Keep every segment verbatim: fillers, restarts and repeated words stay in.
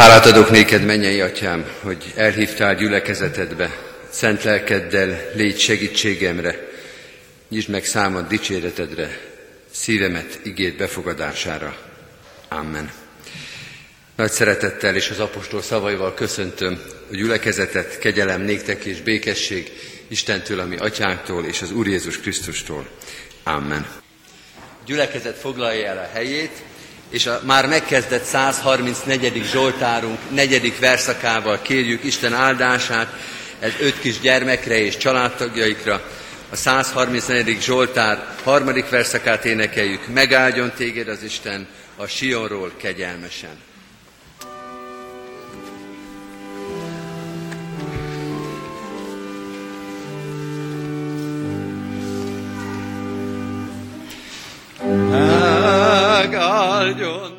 Hálát adok néked, mennyei atyám, hogy elhívtál gyülekezetedbe, szent lelkeddel légy segítségemre, nyisd meg számad dicséretedre, szívemet igéd befogadására. Amen. Nagy szeretettel és az apostol szavaival köszöntöm a gyülekezetet, kegyelem néktek és békesség Istentől, ami atyánktól és az Úr Jézus Krisztustól. Amen. A gyülekezet foglalja el a helyét, és a már megkezdett száz harmincnegyedik Zsoltárunk negyedik verszakával kérjük Isten áldását, ez öt kis gyermekre és családtagjaikra. A száz harmincnegyedik Zsoltár harmadik verszakát énekeljük. Megáldjon téged az Isten a Sionról kegyelmesen. Megáldjon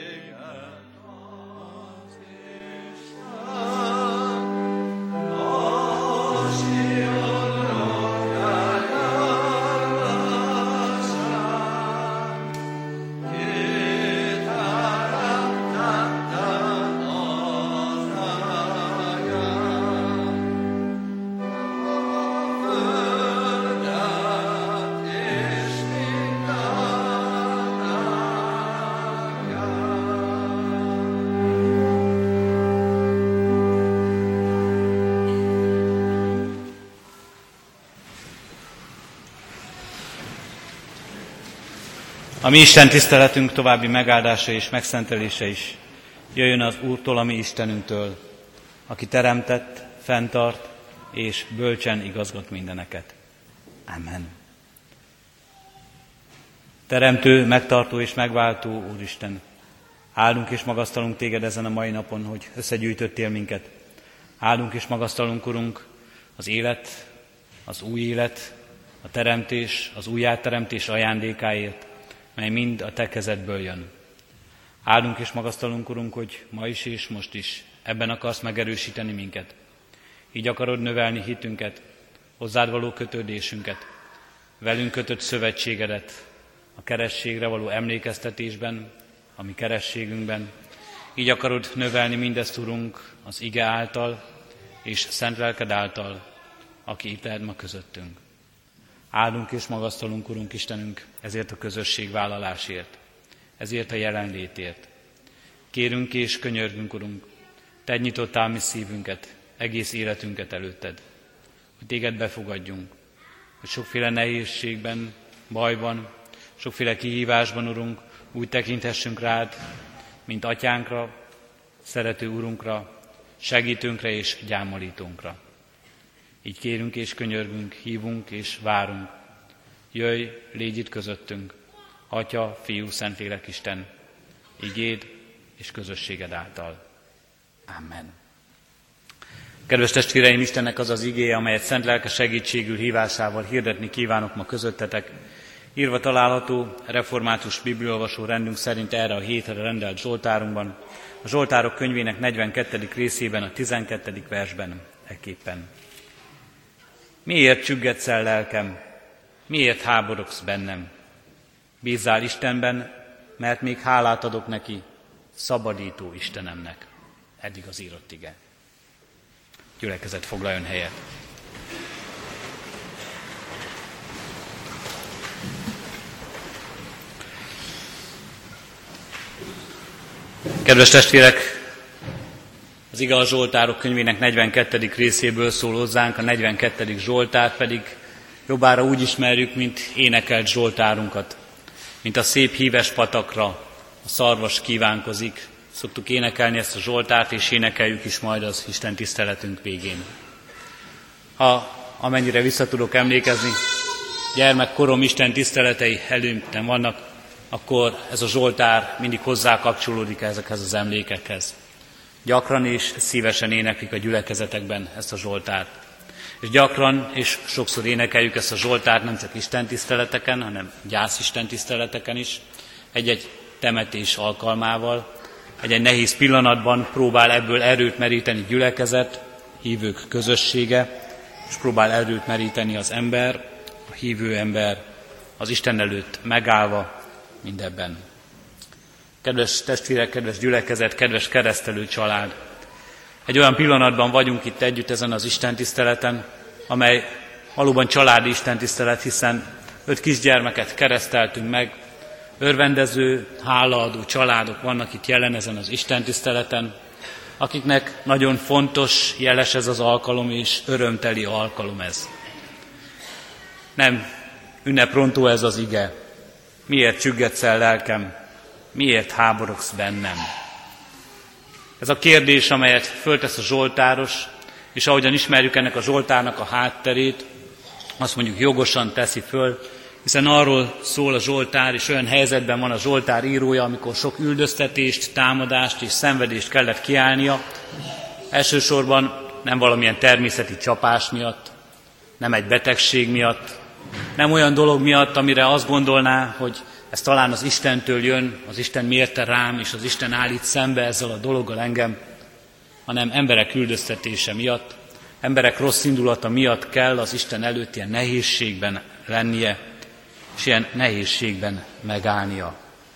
A mi Isten tiszteletünk további megáldása és megszentelése is jöjjön az Úrtól, a mi Istenünktől, aki teremtett, fenntart és bölcsen igazgat mindeneket. Amen. Teremtő, megtartó és megváltó Úristen, áldunk és magasztalunk téged ezen a mai napon, hogy összegyűjtöttél minket. Áldunk és magasztalunk, Urunk, az élet, az új élet, a teremtés, az újjáteremtés ajándékáért, mely mind a te kezedből jön. Áldunk és magasztalunk, Urunk, hogy ma is és most is ebben akarsz megerősíteni minket. Így akarod növelni hitünket, hozzád való kötődésünket, velünk kötött szövetségedet, a kerességre való emlékeztetésben, a mi kerességünkben. Így akarod növelni mindezt, Urunk, az ige által és szent lelked által, aki itt lehet ma közöttünk. Áldunk és magasztalunk, Urunk Istenünk, ezért a közösségvállalásért, ezért a jelenlétért. Kérünk és könyörgünk, Urunk, te nyitottál mi szívünket, egész életünket előtted, hogy téged befogadjunk, hogy sokféle nehézségben, bajban, sokféle kihívásban, Urunk, úgy tekinthessünk rád, mint atyánkra, szerető Urunkra, segítőnkre és gyámolítónkra. Így kérünk és könyörgünk, hívunk és várunk. Jöjj, légy itt közöttünk, Atya, Fiú, Szentlélek Isten, igéd és közösséged által. Amen. Kedves testvéreim, Istennek az az igéje, amelyet szent lelke segítségül hívásával hirdetni kívánok ma közöttetek. Írva található református bibliaolvasó rendünk szerint erre a hétre rendelt Zsoltárunkban, a Zsoltárok könyvének negyvenkettedik részében, a tizenkettedik versben ekképpen. Miért csüggetsz el, lelkem? Miért háborogsz bennem? Bízzál Istenben, mert még hálát adok neki, szabadító Istenemnek. Eddig az írott ige. Gyülekezet, foglaljon helyet. Kedves testvérek, az ige a Zsoltárok könyvének negyvenkettedik részéből szól hozzánk, a negyvenkettedik Zsoltár pedig jobbára úgy ismerjük, mint énekelt Zsoltárunkat, mint a szép híves patakra a szarvas kívánkozik. Szoktuk énekelni ezt a Zsoltárt, és énekeljük is majd az Isten tiszteletünk végén. Ha amennyire vissza tudok emlékezni, gyermekkorom Isten tiszteletei előttem vannak, akkor ez a Zsoltár mindig hozzá kapcsolódik ezekhez az emlékekhez. Gyakran és szívesen éneklik a gyülekezetekben ezt a Zsoltárt. És gyakran és sokszor énekeljük ezt a Zsoltárt nem csak istentiszteleteken, hanem gyász istentiszteleteken is, egy-egy temetés alkalmával, egy-egy nehéz pillanatban próbál ebből erőt meríteni gyülekezet, hívők közössége, és próbál erőt meríteni az ember, a hívő ember, az Isten előtt megállva mindebben. Kedves testvérek, kedves gyülekezet, kedves keresztelő család! Egy olyan pillanatban vagyunk itt együtt ezen az istentiszteleten, amely valóban családi istentisztelet, hiszen öt kisgyermeket kereszteltünk meg, örvendező, hálaadó családok vannak itt jelen ezen az istentiszteleten, akiknek nagyon fontos, jeles ez az alkalom, és örömteli alkalom ez. Nem ünneprontó ez az ige. Miért csüggetsz el, lelkem? Miért háborogsz bennem? Ez a kérdés, amelyet föltesz a zsoltáros, és ahogyan ismerjük ennek a zsoltárnak a hátterét, azt mondjuk jogosan teszi föl, hiszen arról szól a zsoltár, és olyan helyzetben van a zsoltár írója, amikor sok üldöztetést, támadást és szenvedést kellett kiállnia. Elsősorban nem valamilyen természeti csapás miatt, nem egy betegség miatt, nem olyan dolog miatt, amire azt gondolná, hogy ez talán az Istentől jön, az Isten mérte rám, és az Isten állít szembe ezzel a dologgal engem, hanem emberek üldöztetése miatt, emberek rossz indulata miatt kell az Isten előtt ilyen nehézségben lennie, és ilyen nehézségben megállnia.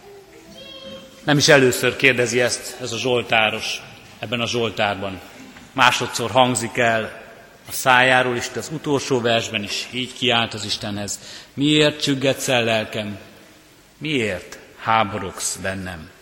Nem is először kérdezi ezt ez a zsoltáros ebben a zsoltárban. Másodszor hangzik el a szájáról, és az utolsó versben is így kiált az Istenhez. Miért csüggetsz el, lelkem? Miért háborogsz bennem?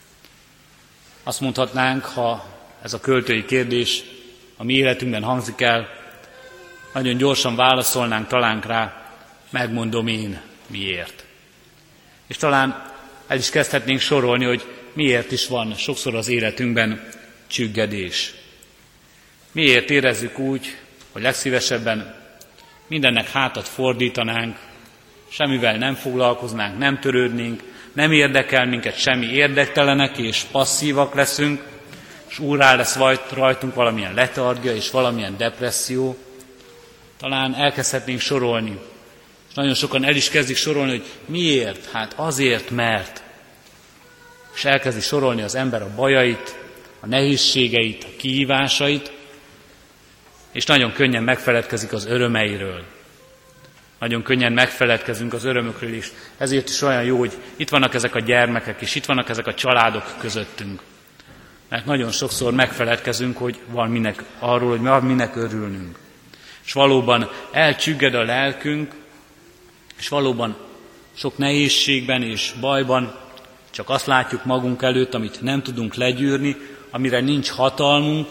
Azt mondhatnánk, ha ez a költői kérdés a mi életünkben hangzik el, nagyon gyorsan válaszolnánk talán rá, megmondom én miért. És talán el is kezdhetnénk sorolni, hogy miért is van sokszor az életünkben csüggedés. Miért érezzük úgy, hogy legszívesebben mindennek hátat fordítanánk, semmivel nem foglalkoznánk, nem törődnénk, nem érdekel minket semmi, érdektelenek és passzívak leszünk, és úrrá lesz rajtunk valamilyen letargia és valamilyen depresszió. Talán elkezdhetnénk sorolni, és nagyon sokan el is kezdik sorolni, hogy miért? Hát azért, mert. És elkezdi sorolni az ember a bajait, a nehézségeit, a kihívásait, és nagyon könnyen megfeledkezik az örömeiről. Nagyon könnyen megfeledkezünk az örömökről is. Ezért is olyan jó, hogy itt vannak ezek a gyermekek, és itt vannak ezek a családok közöttünk. Mert nagyon sokszor megfeledkezünk, hogy van minek, arról, hogy van minek örülnünk. És valóban elcsügged a lelkünk, és valóban sok nehézségben és bajban csak azt látjuk magunk előtt, amit nem tudunk legyűrni, amire nincs hatalmunk,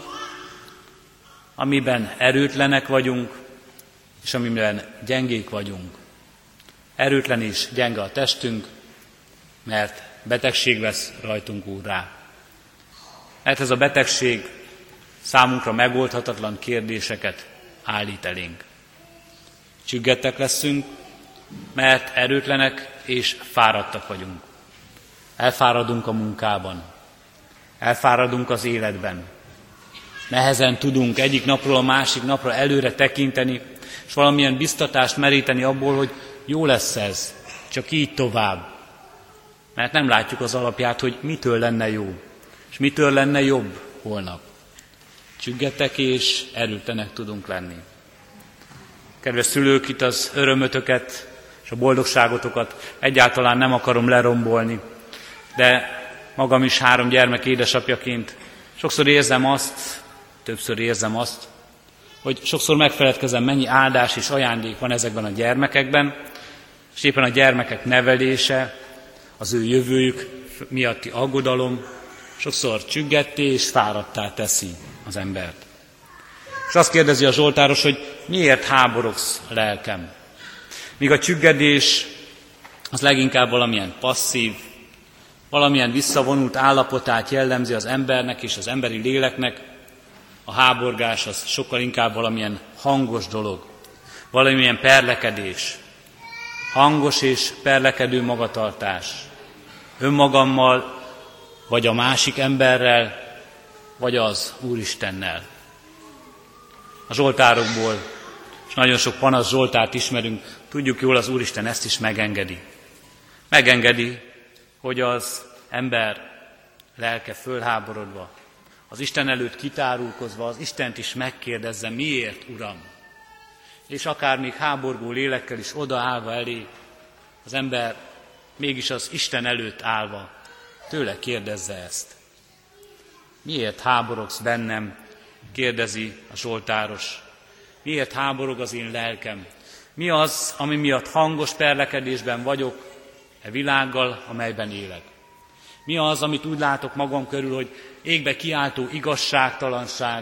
amiben erőtlenek vagyunk, és amiben gyengék vagyunk. Erőtlen és gyenge a testünk, mert betegség vesz rajtunk úrrá. Mert ez a betegség számunkra megoldhatatlan kérdéseket állít elénk. Csüggettek leszünk, mert erőtlenek és fáradtak vagyunk. Elfáradunk a munkában, elfáradunk az életben. Nehezen tudunk egyik napról a másik napra előre tekinteni, és valamilyen biztatást meríteni abból, hogy jó lesz ez, csak így tovább. Mert nem látjuk az alapját, hogy mitől lenne jó, és mitől lenne jobb holnap. Csüggetek és erőtlenek tudunk lenni. Kedves szülők, itt az örömötöket és a boldogságotokat egyáltalán nem akarom lerombolni, de magam is három gyermek édesapjaként sokszor érzem azt, többször érzem azt, hogy sokszor megfeledkezem, mennyi áldás és ajándék van ezekben a gyermekekben, és éppen a gyermekek nevelése, az ő jövőjük miatti aggodalom sokszor csüggetté és fáradttá teszi az embert. És azt kérdezi a zsoltáros, hogy miért háborogsz, lelkem? Míg a csüggedés az leginkább valamilyen passzív, valamilyen visszavonult állapotát jellemzi az embernek és az emberi léleknek, a háborgás az sokkal inkább valamilyen hangos dolog, valamilyen perlekedés, hangos és perlekedő magatartás, önmagammal, vagy a másik emberrel, vagy az Úristennel. A zsoltárokból, és nagyon sok panasz zsoltárt ismerünk, tudjuk jól, az Úristen ezt is megengedi. Megengedi, hogy az ember lelke fölháborodva, az Isten előtt kitárulkozva, az Istent is megkérdezze, miért, Uram? És akár még háborgó lélekkel is odaállva elé, az ember mégis az Isten előtt állva tőle kérdezze ezt. Miért háborogsz bennem? Kérdezi a zsoltáros. Miért háborog az én lelkem? Mi az, ami miatt hangos perlekedésben vagyok e világgal, amelyben élek? Mi az, amit úgy látok magam körül, hogy égbe kiáltó igazságtalanság,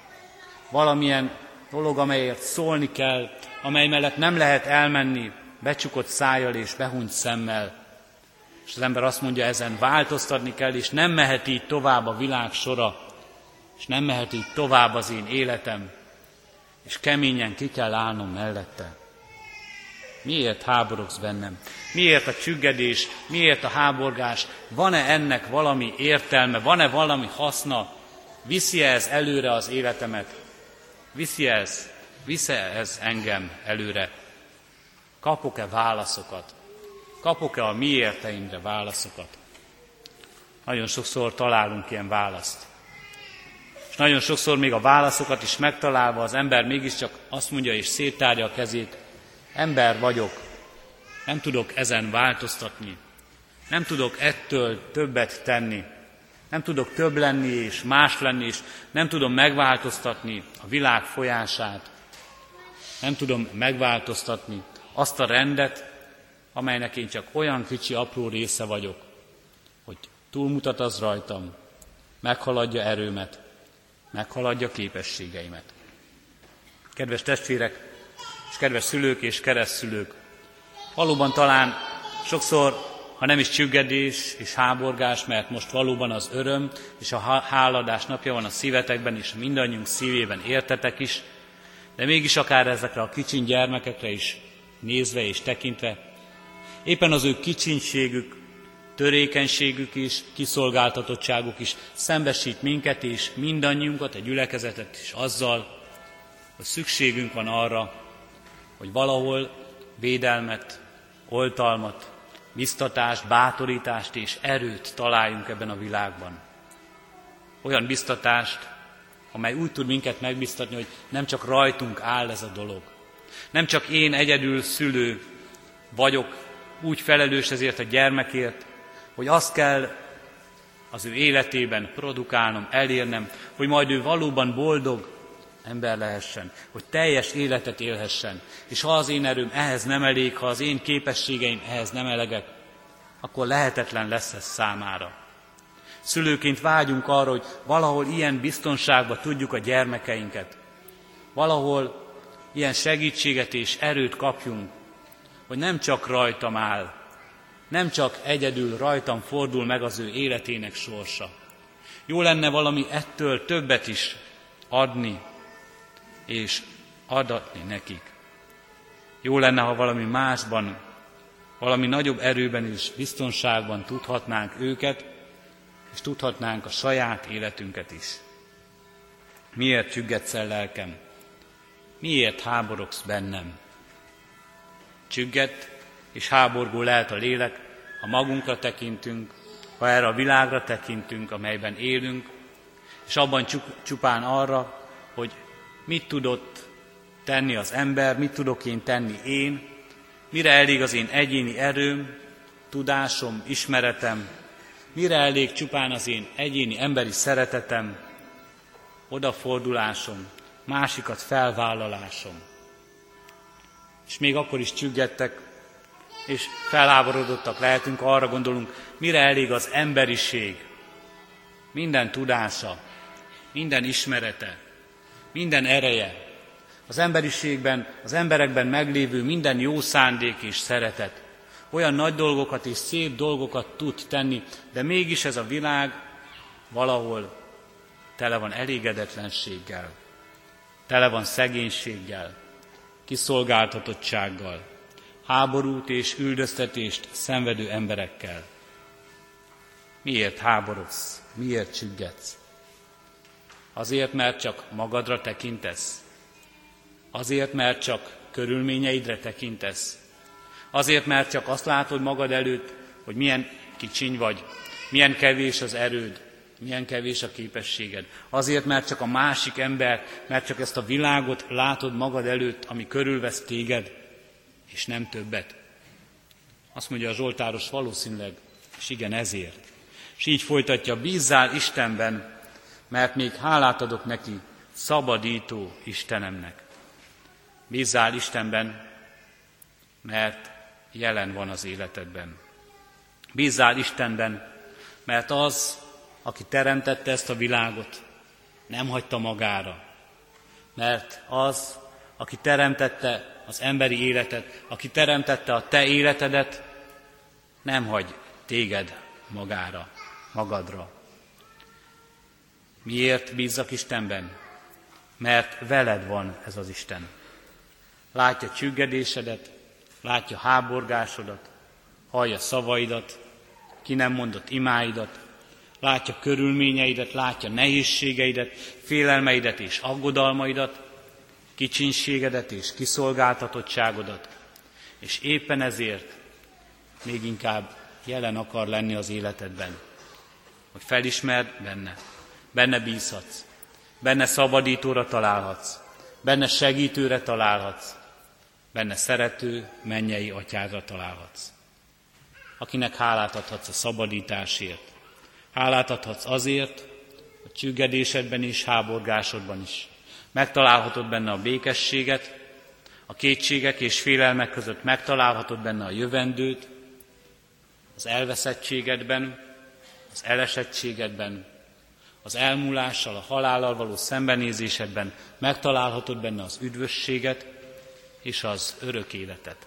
valamilyen dolog, amelyért szólni kell, amely mellett nem lehet elmenni becsukott szájjal és behunyt szemmel. És az ember azt mondja, ezen változtatni kell, és nem mehet így tovább a világ sora, és nem mehet így tovább az én életem, és keményen ki kell állnom mellette. Miért háborogsz bennem? Miért a csüggedés? Miért a háborgás? Van-e ennek valami értelme? Van-e valami haszna? Viszi ez előre az életemet? Viszi ez? Viszi ez engem előre? Kapok-e válaszokat? Kapok-e a miérteimre válaszokat? Nagyon sokszor találunk ilyen választ. És nagyon sokszor még a válaszokat is megtalálva az ember mégiscsak azt mondja és széttárja a kezét, ember vagyok, nem tudok ezen változtatni, nem tudok ettől többet tenni, nem tudok több lenni és más lenni, és nem tudom megváltoztatni a világ folyását, nem tudom megváltoztatni azt a rendet, amelynek én csak olyan kicsi, apró része vagyok, hogy túlmutat az rajtam, meghaladja erőmet, meghaladja képességeimet. Kedves testvérek, és kedves szülők és keresztszülők, valóban talán sokszor, ha nem is csüggedés és háborgás, mert most valóban az öröm és a háladás napja van a szívetekben, és mindannyiunk szívében értetek is, de mégis akár ezekre a kicsin gyermekekre is nézve és tekintve, éppen az ő kicsinségük, törékenységük is, kiszolgáltatottságuk is szembesít minket és mindannyiunkat, egy gyülekezetet is azzal, hogy szükségünk van arra, hogy valahol védelmet, oltalmat, biztatást, bátorítást és erőt találjunk ebben a világban. Olyan biztatást, amely úgy tud minket megbiztatni, hogy nem csak rajtunk áll ez a dolog. Nem csak én egyedül szülő vagyok, úgy felelős ezért a gyermekért, hogy azt kell az ő életében produkálnom, elérnem, hogy majd ő valóban boldog ember lehessen, hogy teljes életet élhessen. És ha az én erőm ehhez nem elég, ha az én képességeim ehhez nem elegek, akkor lehetetlen lesz ez számára. Szülőként vágyunk arra, hogy valahol ilyen biztonságba tudjuk a gyermekeinket, valahol ilyen segítséget és erőt kapjunk, hogy nem csak rajtam áll, nem csak egyedül rajtam fordul meg az ő életének sorsa. Jó lenne valami ettől többet is adni és adatni nekik. Jó lenne, ha valami másban, valami nagyobb erőben és biztonságban tudhatnánk őket, és tudhatnánk a saját életünket is. Miért csüggetsz el lelkem? Miért háborogsz bennem? Csüggett és háborgó lehet a lélek, ha magunkra tekintünk, ha erre a világra tekintünk, amelyben élünk, és abban csupán arra, hogy mit tudott tenni az ember, mit tudok én tenni én, mire elég az én egyéni erőm, tudásom, ismeretem, mire elég csupán az én egyéni emberi szeretetem, odafordulásom, másikat felvállalásom. És még akkor is csüggettek, és felháborodottak lehetünk, arra gondolunk, mire elég az emberiség, minden tudása, minden ismerete, minden ereje, az emberiségben, az emberekben meglévő minden jó szándék és szeretet, olyan nagy dolgokat és szép dolgokat tud tenni, de mégis ez a világ valahol tele van elégedetlenséggel, tele van szegénységgel, kiszolgáltatottsággal, háborút és üldöztetést szenvedő emberekkel. Miért háborogsz? Miért csüggetsz? Azért, mert csak magadra tekintesz? Azért, mert csak körülményeidre tekintesz? Azért, mert csak azt látod magad előtt, hogy milyen kicsiny vagy, milyen kevés az erőd, milyen kevés a képességed. Azért, mert csak a másik ember, mert csak ezt a világot látod magad előtt, ami körülvesz téged, és nem többet. Azt mondja a zsoltáros, valószínűleg, és igen, ezért. És így folytatja, bízzál Istenben, mert még hálát adok neki, szabadító Istenemnek. Bízzál Istenben, mert jelen van az életedben. Bízzál Istenben, mert az, aki teremtette ezt a világot, nem hagyta magára. Mert az, aki teremtette az emberi életet, aki teremtette a te életedet, nem hagy téged magára, magadra. Miért bízzak Istenben? Mert veled van ez az Isten. Látja csüggedésedet, látja háborgásodat, hallja szavaidat, ki nem mondott imáidat, látja körülményeidet, látja nehézségeidet, félelmeidet és aggodalmaidat, kicsinségedet és kiszolgáltatottságodat, és éppen ezért még inkább jelen akar lenni az életedben, hogy felismerd benne, benne bízhatsz, benne szabadítóra találhatsz, benne segítőre találhatsz, benne szerető, mennyei atyádra találhatsz, akinek hálát adhatsz a szabadításért. Hálát adhatsz azért, a csüggedésedben és háborgásodban is. Megtalálhatod benne a békességet, a kétségek és félelmek között megtalálhatod benne a jövendőt, az elveszettségedben, az elesettségedben, az elmúlással, a halállal való szembenézésedben megtalálhatod benne az üdvösséget és az örök életet.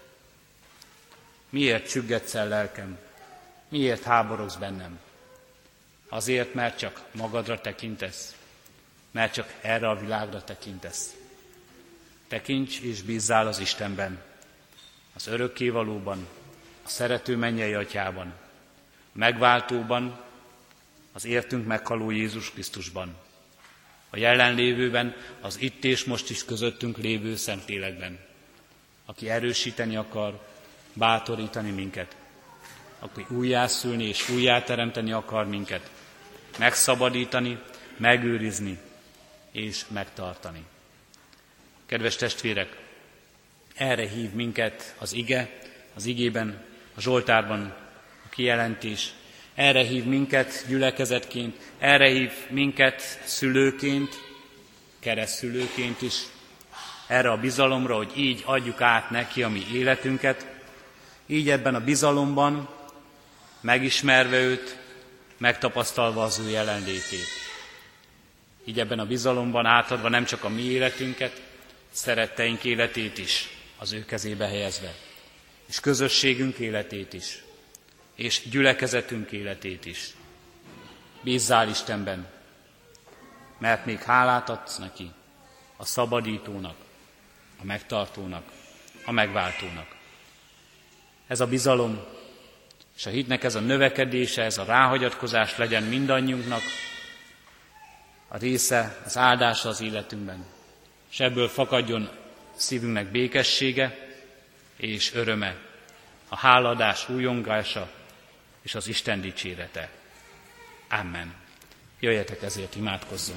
Miért csüggedsz el, lelkem? Miért háborogsz bennem? Azért, mert csak magadra tekintesz, mert csak erre a világra tekintesz. Tekints és bízzál az Istenben, az örökkévalóban, a szerető mennyei atyában, a megváltóban, az értünk meghaló Jézus Krisztusban, a jelenlévőben, az itt és most is közöttünk lévő Szentlélekben, aki erősíteni akar, bátorítani minket, aki újjászülni és újjáteremteni akar minket, megszabadítani, megőrizni és megtartani. Kedves testvérek, erre hív minket az ige, az igében, a Zsoltárban a kijelentés, erre hív minket gyülekezetként, erre hív minket szülőként, keresztszülőként is, erre a bizalomra, hogy így adjuk át neki a mi életünket, így ebben a bizalomban, megismerve őt, megtapasztalva az ő jelenlétét. Így ebben a bizalomban átadva nem csak a mi életünket, szeretteink életét is az ő kezébe helyezve, és közösségünk életét is, és gyülekezetünk életét is. Bízzál Istenben, mert még hálát adsz neki, a szabadítónak, a megtartónak, a megváltónak. Ez a bizalom, és a hitnek ez a növekedése, ez a ráhagyatkozás legyen mindannyiunknak a része, az áldása az életünkben. És ebből fakadjon szívünknek békessége és öröme, a háladás újongása és az Isten dicsérete. Amen. Jöjjetek ezért, imádkozzunk.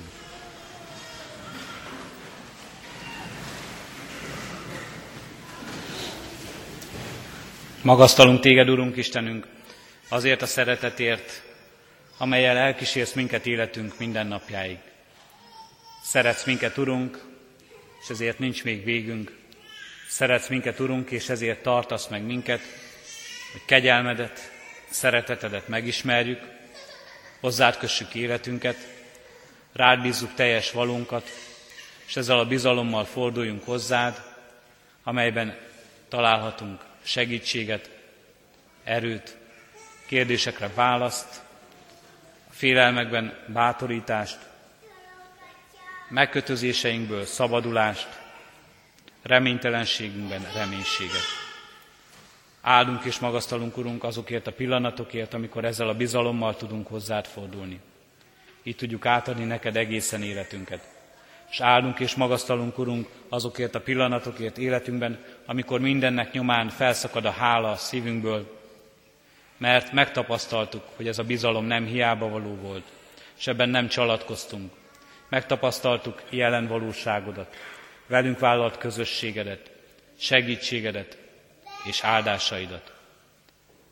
Magasztalunk téged, Urunk Istenünk, azért a szeretetért, amellyel elkísérsz minket életünk minden napjáig. Szeretsz minket, Urunk, és ezért nincs még végünk. Szeretsz minket, Urunk, és ezért tartasz meg minket, hogy kegyelmedet, szeretetedet megismerjük, hozzád kössük életünket, rád bízzuk teljes valónkat, és ezzel a bizalommal forduljunk hozzád, amelyben találhatunk segítséget, erőt, kérdésekre választ, a félelmekben bátorítást, megkötözéseinkből szabadulást, reménytelenségünkben reménységet. Áldunk és magasztalunk, Urunk, azokért a pillanatokért, amikor ezzel a bizalommal tudunk hozzád fordulni. Így tudjuk átadni neked egészen életünket. És áldunk és magasztalunk, Urunk, azokért a pillanatokért életünkben, amikor mindennek nyomán felszakad a hála a szívünkből, mert megtapasztaltuk, hogy ez a bizalom nem hiába való volt, és ebben nem csalatkoztunk. Megtapasztaltuk jelen valóságodat, velünk vállalt közösségedet, segítségedet és áldásaidat.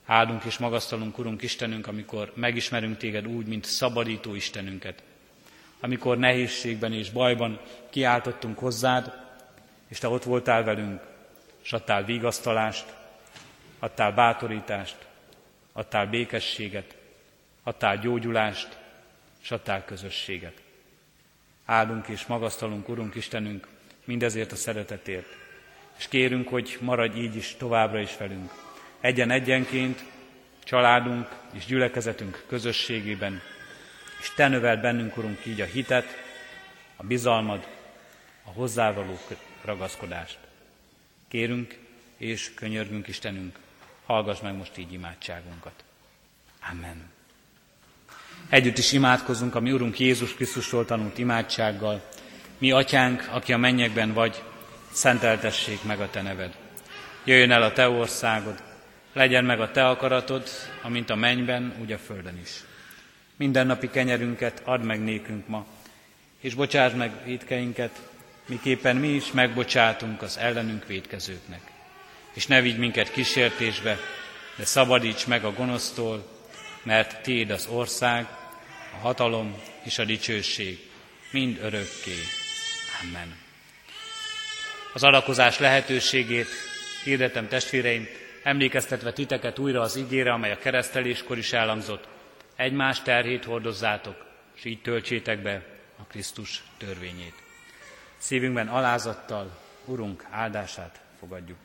Áldunk és magasztalunk, Urunk Istenünk, amikor megismerünk Téged úgy, mint szabadító Istenünket. Amikor nehézségben és bajban kiáltottunk hozzád, és Te ott voltál velünk, és adtál vigasztalást, adtál bátorítást, adtál békességet, adtál gyógyulást, és adtál közösséget. Áldunk és magasztalunk, Urunk Istenünk, mindezért a szeretetért, és kérünk, hogy maradj így is továbbra is velünk. Egyen-egyenként, családunk és gyülekezetünk közösségében, és Te növeld bennünk, Urunk, így a hitet, a bizalmad, a hozzávaló ragaszkodást. Kérünk és könyörgünk, Istenünk, hallgass meg most így imádságunkat. Amen. Együtt is imádkozzunk a mi Urunk Jézus Krisztustól tanult imádsággal. Mi Atyánk, aki a mennyekben vagy, szenteltessék meg a Te neved. Jöjjön el a Te országod, legyen meg a Te akaratod, amint a mennyben, úgy a földön is. Mindennapi kenyerünket add meg nékünk ma, és bocsásd meg vétkeinket, miképpen mi is megbocsátunk az ellenünk vétkezőknek. És ne vigy minket kísértésbe, de szabadíts meg a gonosztól, mert Tiéd az ország, a hatalom és a dicsőség mind örökké. Amen. Az adakozás lehetőségét hirdetem, testvéreim, emlékeztetve titeket újra az igére, amely a kereszteléskor is elhangzott. Egymás terhét hordozzátok, és így töltsétek be a Krisztus törvényét. Szívünkben alázattal Urunk áldását fogadjuk.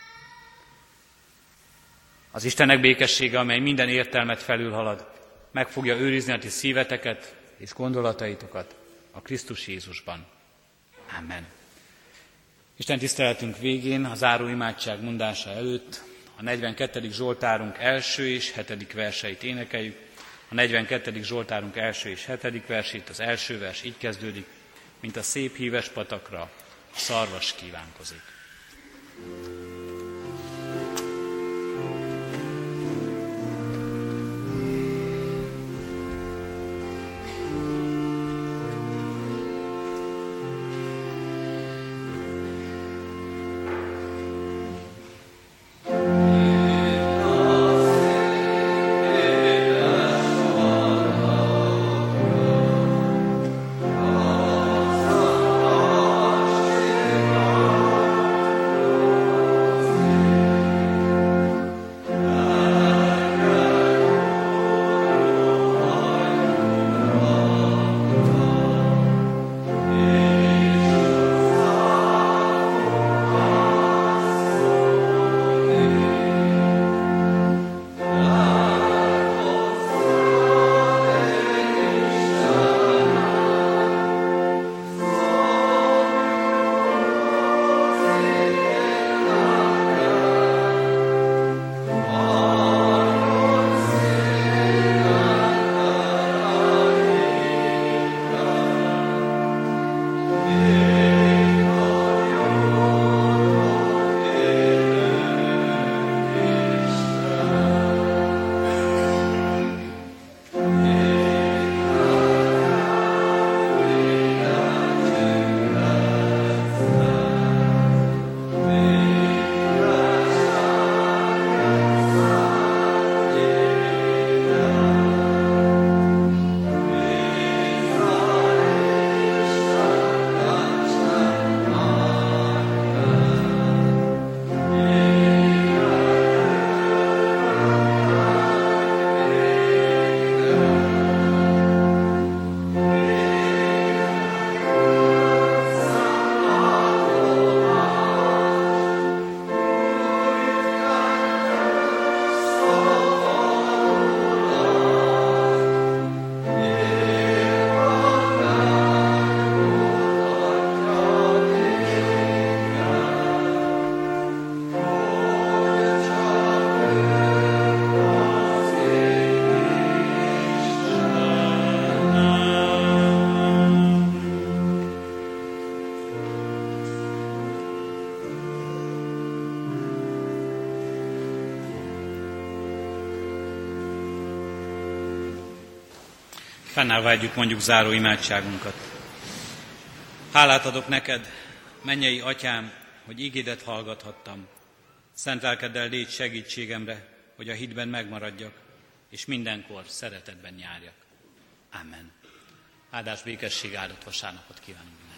Az Istennek békessége, amely minden értelmet felülhalad, meg fogja őrizni a ti szíveteket és gondolataitokat a Krisztus Jézusban. Amen. Isten tiszteletünk végén, a záró imádság mondása előtt a negyvenkettedik Zsoltárunk első és hetedik verseit énekeljük. A negyvenkettedik Zsoltárunk első és hetedik versét, az első vers így kezdődik, mint a szép híves patakra a szarvas kívánkozik. Fennállva együtt mondjuk záró imádságunkat. Hálát adok neked, mennyei Atyám, hogy igédet hallgathattam. Szent lelkeddel légy segítségemre, hogy hogy a hitben megmaradjak, és mindenkor szeretetben járjak. Amen. Áldás, békesség, áldott vasárnapot kívánunk.